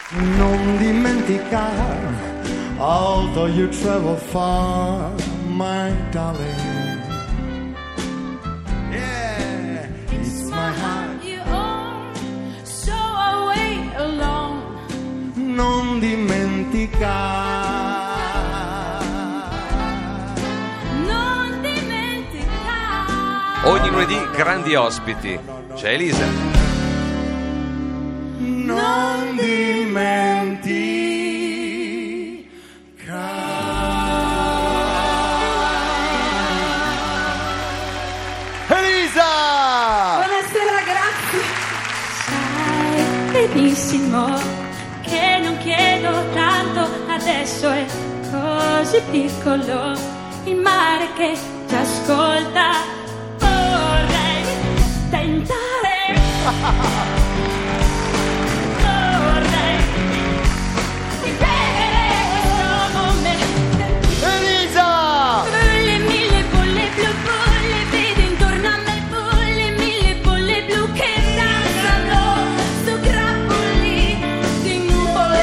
Non dimenticare, although you travel far, my darling. Yeah, it's my heart you own, so I'll wait alone. Non dimenticare. Non dimenticare. Ogni lunedì grandi ospiti. C'è Elisa. Non dimenticare. Elisa! Buonasera, grazie. Sai benissimo che non chiedo tanto, adesso è così piccolo il mare che ti ascolta. Vorrei tentare. Vorrei vivere questo momento. Elisa! Le mille bolle blu, bolle, vedi intorno a me bolle, mille bolle blu che danzano su grappoli di nuvole.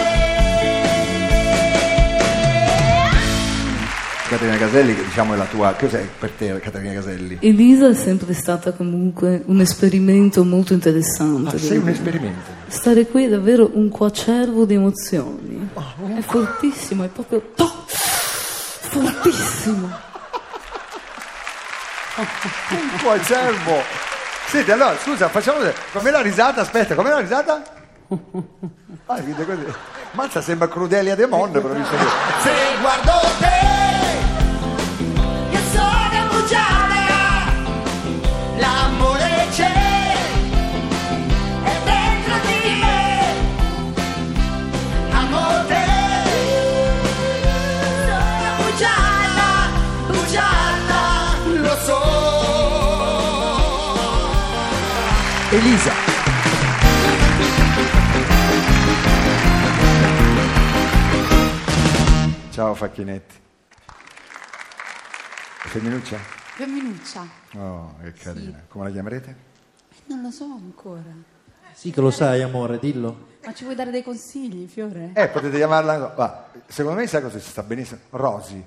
Caterina Caselli, diciamo, è la tua... Cos'è per te Caterina Caselli? Elisa è sempre stata comunque un esperimento molto interessante. Sei un esperimento. Stare qui è davvero un coacervo di emozioni. È fortissimo, è proprio fortissimo. Un coacervo. Senti, allora, scusa, facciamo... Com'è la risata? Aspetta, com'è la risata? Ah, ride così. Mazza, sembra Crudelia De Mon, però visto che... Se guardo te, io sono bugiarda, l'amore c'è, è dentro di me, amo te, sono bugiarda, bugiarda, lo so. Elisa. Ciao Facchinetti. Femminuccia? Femminuccia. Oh, che carina. Come la chiamerete? Non lo so ancora. Sì che lo sai, amore, dillo. Ma ci vuoi dare dei consigli, Fiore? Potete chiamarla... Va, secondo me sai cosa si sta benissimo? Rosy.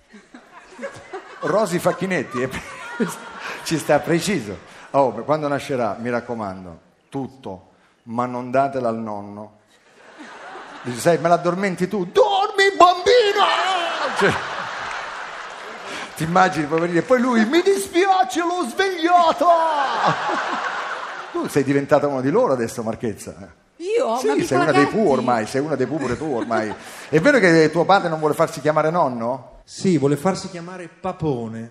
Rosy Facchinetti. Ci sta preciso. Oh, quando nascerà, mi raccomando, tutto, ma non datela al nonno. Dici, sai, me l'addormenti tu? Dormi, bambino! Cioè, ti immagini, poverino, e poi lui, mi dispiace, l'ho svegliato! Tu sei diventata uno di loro adesso, Marchezza. Io? Sì, Ma sei una dei Pooh ormai, sei una dei Pooh pure tu ormai. È vero che tuo padre non vuole farsi chiamare nonno? Sì, vuole farsi chiamare Papone.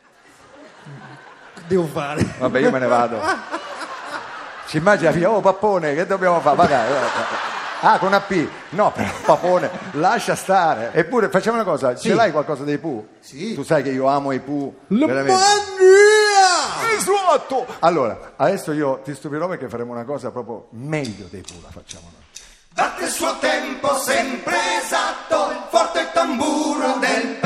Che devo fare? Vabbè, io me ne vado. Ci immagina, figlia, oh Pappone, che dobbiamo fare? Vai. Ah, con una P. No, però Papone, lascia stare. Eppure, facciamo una cosa, Sì. ce l'hai qualcosa dei Pooh? Sì. Tu sai che io amo i Pooh. La veramente. mania! Esatto! Allora, adesso io ti stupirò perché faremo una cosa proprio meglio dei Pooh, la facciamo noi. Batte il suo tempo sempre esatto, forte il tamburo del